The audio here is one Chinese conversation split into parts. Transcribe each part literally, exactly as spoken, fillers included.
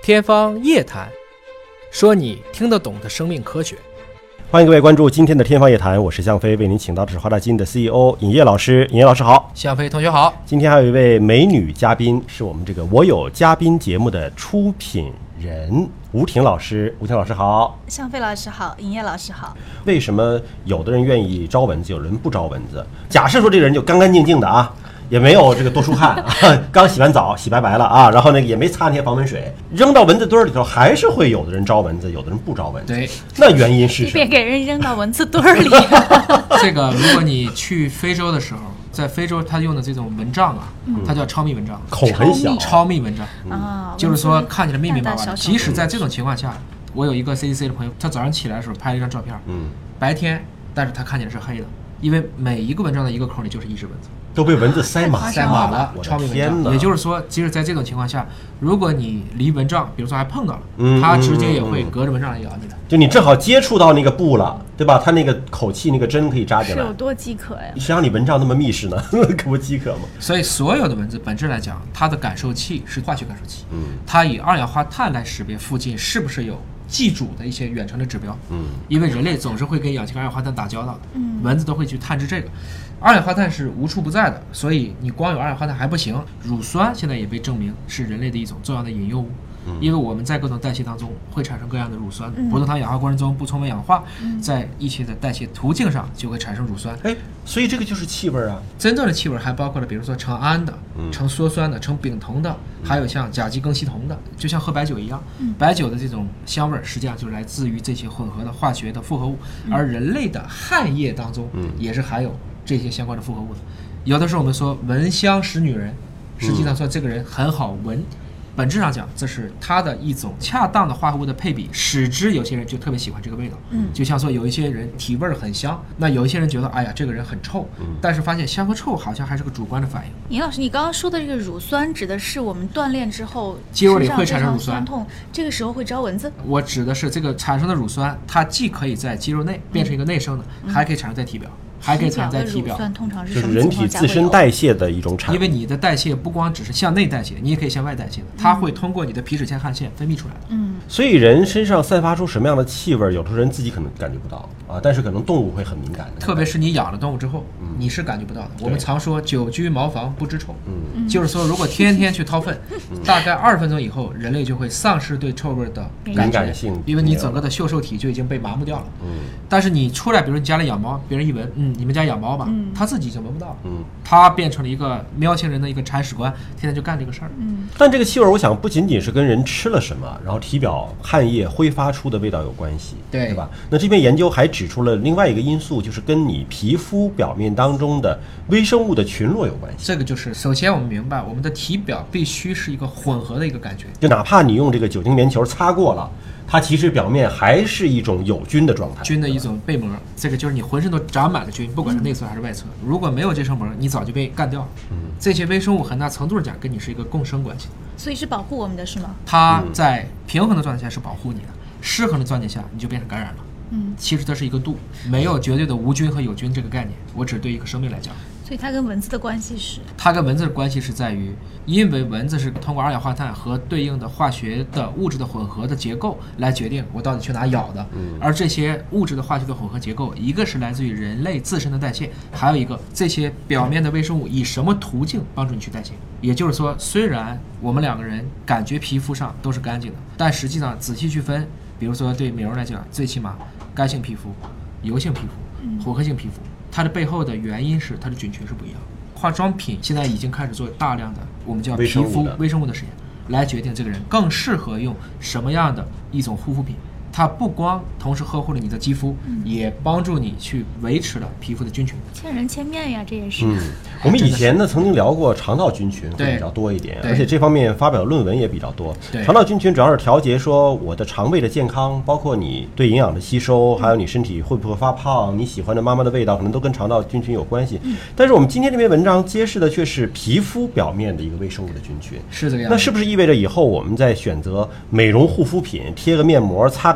天方夜谭，说你听得懂的生命科学。 欢迎各位关注今天的天方夜谭，我是向飞，为您请到的是华大基因的 C E O 尹烨老师。尹烨老师好。 向飞同学好。 今天还有一位美女嘉宾，是我们这个我有嘉宾节目的出品人吴婷老师。吴婷老师好。 向飞老师好，尹烨老师好。 为什么有的人愿意招蚊子，有人不招蚊子？假设说这个人就干干净净的啊，也没有这个多出汗啊，刚洗完澡洗白白了啊，然后那个也没擦那些防蚊水，扔到蚊子堆里头，还是会有的人招蚊子，有的人不招蚊子。 对， 那原因是什么？ 别给人扔到蚊子堆里。 这个如果你去非洲的时候，在非洲他用的这种蚊帐啊，嗯、它叫超密蚊帐， 孔很小， 超密蚊帐啊、嗯， 就是说看起来密密麻麻的。 大大小小即使在这种情况下，我有一个 C D C 的朋友，他早上起来的时候拍了一张照片，嗯，白天，但是他看起来是黑的，因为每一个蚊帐的一个孔里就是一只蚊子。 都被蚊子塞满塞满了， 我超密蚊帐。 也就是说，即使在这种情况下，如果你离蚊帐，比如说还碰到了，嗯、它直接也会隔着蚊帐来咬你的。 就你正好接触到那个布了，对吧？它那个口气那个针可以扎进来。 是有多饥渴呀？ 谁让你蚊帐那么密实呢？可不饥渴吗？ 所以所有的蚊子本质来讲，它的感受器是化学感受器，嗯，它以二氧化碳来识别附近是不是有寄主的一些远程的指标，嗯，因为人类总是会跟氧气和二氧化碳打交道的，嗯，蚊子都会去探知这个。二氧化碳是无处不在的，所以你光有二氧化碳还不行。乳酸现在也被证明是人类的一种重要的引诱物，嗯、因为我们在各种代谢当中会产生各样的乳酸，嗯、葡萄糖氧化过程中不充分氧化，嗯、在一些的代谢途径上就会产生乳酸。 哎，所以这个就是气味啊。 真正的气味还包括了，比如说呈胺的、呈羧酸的、呈丙酮的，还有像甲基庚烯酮的，就像喝白酒一样，嗯、白酒的这种香味实际上就是来自于这些混合的化学的复合物，嗯、而人类的汗液当中也是含有这些相关的复合物的。有的时候我们说闻香识女人，实际上说这个人很好闻，嗯、本质上讲这是它的一种恰当的化合物的配比，使之有些人就特别喜欢这个味道。嗯，就像说有一些人体味很香，那有一些人觉得哎呀这个人很臭，嗯、但是发现香和臭好像还是个主观的反应。 尹老师，你刚刚说的这个乳酸指的是我们锻炼之后肌肉里会产生乳酸痛，这个时候会招蚊子？ 我指的是这个产生的乳酸，它既可以在肌肉内变成一个内生的，嗯、还可以产生在体表。还可以产生在体表， 通常是就是人体自身代谢的一种产物。 因为你的代谢不光只是向内代谢，你也可以向外代谢的，它会通过你的皮脂腺汗腺分泌出来的。 嗯， 所以人身上散发出什么样的气味，有的人自己可能感觉不到啊，但是可能动物会很敏感的。 特别是你养了动物之后，嗯、你是感觉不到的。我们常说久居茅房不知臭，嗯，就是说如果天天去掏粪，嗯、大概二十分钟以后，人类就会丧失对臭味的敏感性， 因为你整个的嗅受体就已经被麻木掉了。嗯，但是你出来，比如你家里养猫，别人一闻，嗯，你们家养猫吧。嗯、他自己已经闻不到了，嗯，他变成了一个喵星人的一个铲屎官，天天就干这个事儿。 嗯， 但这个气味，我想不仅仅是跟人吃了什么，然后体表汗液挥发出的味道有关系， 对， 对吧？那这篇研究还指出了另外一个因素，就是跟你皮肤表面当中的微生物的群落有关系。 这个就是首先我们明白，我们的体表必须是一个混合的一个感觉， 就哪怕你用这个酒精棉球擦过了。它其实表面还是一种有菌的状态， 菌的一种被膜，这个就是你浑身都长满了菌，不管是内侧还是外侧。如果没有这层膜，你早就被干掉了。嗯，这些微生物很大程度上讲跟你是一个共生关系， 所以是保护我们的是吗？ 它在平衡的状态下是保护你的，失衡的状态下你就变成感染了。 嗯， 其实这是一个度，没有绝对的无菌和有菌这个概念，我只对一个生命来讲。 所以它跟蚊子的关系是？ 它跟蚊子的关系是在于，因为蚊子是通过二氧化碳和对应的化学的物质的混合的结构来决定我到底去哪咬的。嗯，而这些物质的化学的混合结构，一个是来自于人类自身的代谢，还有一个这些表面的微生物以什么途径帮助你去代谢。也就是说，虽然我们两个人感觉皮肤上都是干净的，但实际上仔细去分，比如说对美容来讲，最起码干性皮肤、油性皮肤、混合性皮肤。它的背后的原因是它的菌群是不一样。化妆品现在已经开始做大量的我们叫皮肤微生物的实验，来决定这个人更适合用什么样的一种护肤品。它不光同时呵护了你的肌肤，嗯、也帮助你去维持了皮肤的菌群。 千人千面呀，这也是。 嗯，我们以前呢曾经聊过肠道菌群会比较多一点，而且这方面发表的论文也比较多。肠道菌群主要是调节说我的肠胃的健康，包括你对营养的吸收，还有你身体会不会发胖，你喜欢的妈妈的味道，可能都跟肠道菌群有关系。嗯、但是我们今天这篇文章揭示的却是皮肤表面的一个微生物的菌群。 是这个样子。 那是不是意味着以后我们在选择美容护肤品，贴个面膜，擦个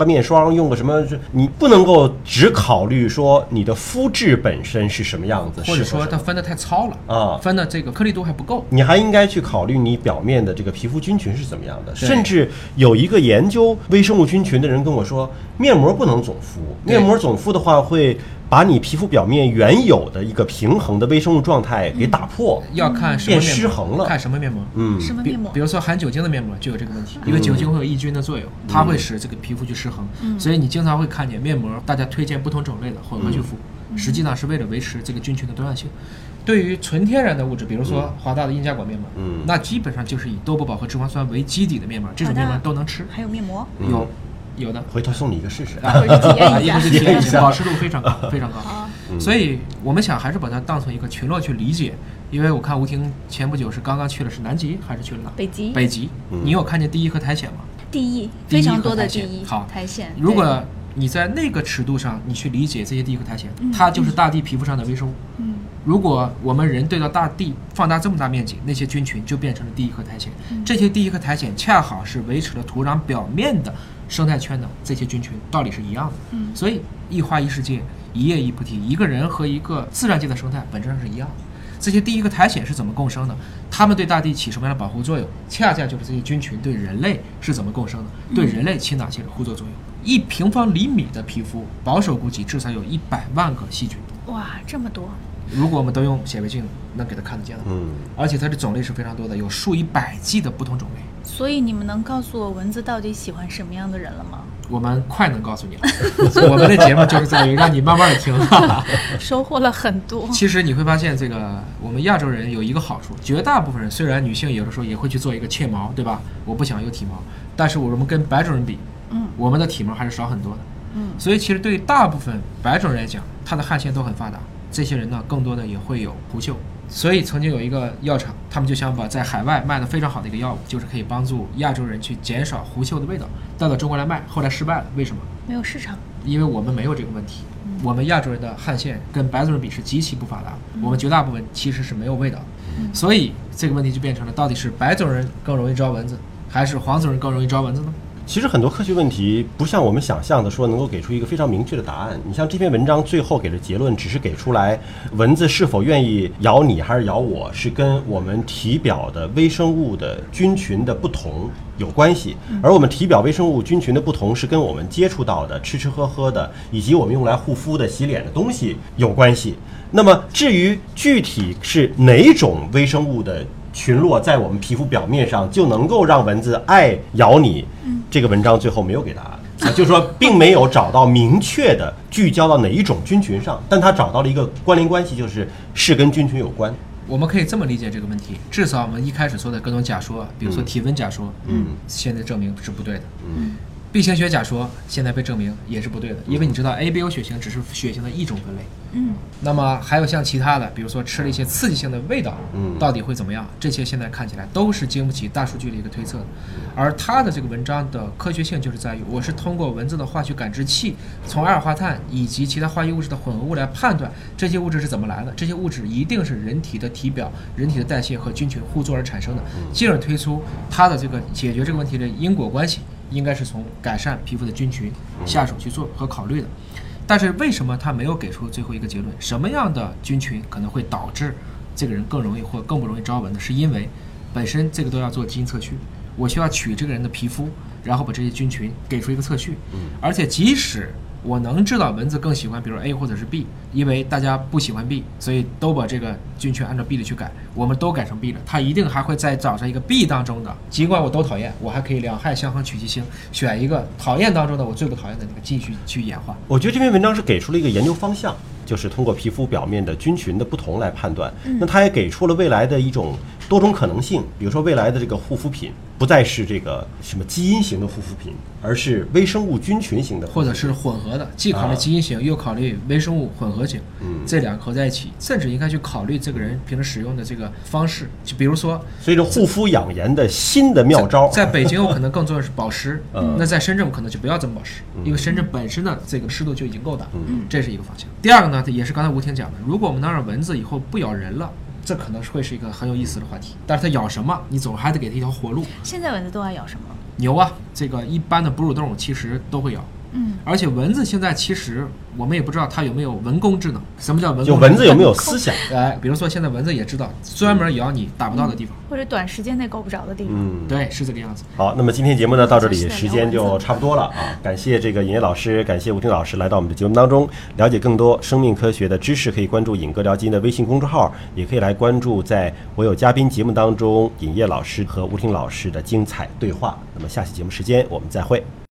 个面霜，用个什么，你不能够只考虑说你的肤质本身是什么样子， 或者说它分得太糙了啊，分的这个颗粒度还不够。 你还应该去考虑你表面的这个皮肤菌群是怎么样的。甚至有一个研究微生物菌群的人跟我说，面膜不能总敷，面膜总敷的话会把你皮肤表面原有的一个平衡的微生物状态给打破， 嗯、要看什么变失衡了。 看什么面膜？ 嗯，什么面膜？ 比如说含酒精的面膜就有这个问题，因为酒精会有抑菌的作用，它会使这个皮肤去失衡，嗯、所以你经常会看见面膜，大家推荐不同种类的混合去敷，嗯、实际上是为了维持这个菌群的多样性。对于纯天然的物质，比如说华大的印加果面膜，嗯，那基本上就是以多不饱和脂肪酸为基底的面膜，这种面膜都能吃。 还有面膜？ 有。有的， 回头送你一个试试， 啊，回去体验一下， 体验一下，保湿度非常高，非常高。嗯、所以我们想还是把它当成一个群落去理解，因为我看吴婷前不久是刚刚去了，是南极还是去了哪？ 北极。 北极，嗯、你有看见第一颗苔藓吗？ 第一，非常多的第一好苔藓。 如果你在那个尺度上，你去理解这些第一颗苔藓，嗯、它就是大地皮肤上的微生物。嗯。如果我们人对到大地放大这么大面积，那些菌群就变成了第一颗苔藓。嗯、这些第一颗苔藓恰好是维持了土壤表面的生态圈的这些菌群，道理是一样的。嗯、所以一花一世界，一叶一菩提，一个人和一个自然界的生态本质上是一样的。这些第一颗苔藓是怎么共生的？它们对大地起什么样的保护作用？恰恰就是这些菌群对人类是怎么共生的？对人类起哪些互作作用？一平方厘米的皮肤，保守估计至少有一百万个细菌。 哇，这么多！ 如果我们都用显微镜能给它看得见的，嗯，而且它的种类是非常多的，有数以百计的不同种类。 所以你们能告诉我蚊子到底喜欢什么样的人了吗？ 我们快能告诉你了。我们的节目就是在于让你慢慢的听。 收获了很多。 其实你会发现，这个我们亚洲人有一个好处，绝大部分人虽然女性有的时候也会去做一个切毛，对吧？我不想有体毛，但是我们跟白种人比，嗯，我们的体毛还是少很多的。嗯，所以其实对于大部分白种人来讲，他的汗腺都很发达。这些人呢，更多的也会有狐臭，所以曾经有一个药厂，他们就想把在海外卖的非常好的一个药物，就是可以帮助亚洲人去减少狐臭的味道，带到中国来卖，后来失败了。为什么？ 没有市场。 因为我们没有这个问题，嗯、我们亚洲人的汗腺跟白种人比是极其不发达，嗯、我们绝大部分其实是没有味道，嗯、所以这个问题就变成了，到底是白种人更容易招蚊子，还是黄种人更容易招蚊子呢？ 其实很多科学问题不像我们想象的说能够给出一个非常明确的答案。你像这篇文章最后给的结论，只是给出来蚊子是否愿意咬你还是咬我，是跟我们体表的微生物的菌群的不同有关系。而我们体表微生物菌群的不同，是跟我们接触到的吃吃喝喝的，以及我们用来护肤的洗脸的东西有关系。那么至于具体是哪种微生物的群落在我们皮肤表面上就能够让蚊子爱咬你，嗯、这个文章最后没有给答案，啊，就是说并没有找到明确的聚焦到哪一种菌群上，但他找到了一个关联关系，就是是跟菌群有关。 我们可以这么理解这个问题，至少我们一开始说的各种假说，比如说体温假说，嗯，现在证明是不对的，嗯。B 型血假说现在被证明也是不对的，因为你知道 A B O 血型只是血型的一种分类，嗯，那么还有像其他的，比如说吃了一些刺激性的味道，嗯，到底会怎么样？这些现在看起来都是经不起大数据的一个推测的。而它的这个文章的科学性就是在于，我是通过蚊子的化学感知器，从二氧化碳以及其他化学物质的混合物来判断这些物质是怎么来的，这些物质一定是人体的体表、人体的代谢和菌群互作而产生的，进而推出它的这个解决这个问题的因果关系。应该是从改善皮肤的菌群下手去做和考虑的，但是为什么他没有给出最后一个结论？什么样的菌群可能会导致这个人更容易或更不容易招蚊呢？是因为本身这个都要做基因测序，我需要取这个人的皮肤，然后把这些菌群给出一个测序，而且即使我能知道蚊子更喜欢比如 A 或者是 B， 因为大家不喜欢 B， 所以都把这个菌群按照 B 的去改，我们都改成 B 了，它一定还会再找上一个 B 当中的，尽管我都讨厌，我还可以两害相衡取其轻，选一个讨厌当中的我最不讨厌的那个继续去演化。 我觉得这篇文章是给出了一个研究方向，就是通过皮肤表面的菌群的不同来判断，嗯、那它也给出了未来的一种多种可能性，比如说未来的这个护肤品不再是这个什么基因型的护肤品，而是微生物菌群型的护肤品， 或者是混合的，既考虑基因型、啊、又考虑微生物混合型，嗯，这两个合在一起，甚至应该去考虑这个人平时使用的这个方式，就比如说， 所以这护肤养颜的新的妙招， 在, 在北京我可能更重要是保湿，嗯，那在深圳我可能就不要这么保湿，嗯、因为深圳本身的这个湿度就已经够大，嗯，这是一个方向。第二个呢，也是刚才吴婷讲的，如果我们能让蚊子以后不咬人了。这可能会是一个很有意思的话题，但是它咬什么，你总还得给它一条活路。 现在蚊子都爱咬什么？ 牛啊，这个一般的哺乳动物其实都会咬， 嗯， 而且蚊子现在其实我们也不知道它有没有文工智能。什么叫文工智能？ 就蚊子有没有思想？ 哎，比如说现在蚊子也知道专门咬你打不到的地方， 或者短时间内够不着的地方。 嗯， 对，是这个样子。 好，那么今天节目呢到这里时间就差不多了啊，感谢这个尹烨老师，感谢吴婷老师来到我们的节目当中，了解更多生命科学的知识，可以关注尹哥聊基因的微信公众号，也可以来关注在我有嘉宾节目当中尹烨老师和吴婷老师的精彩对话。那么下期节目时间我们再会。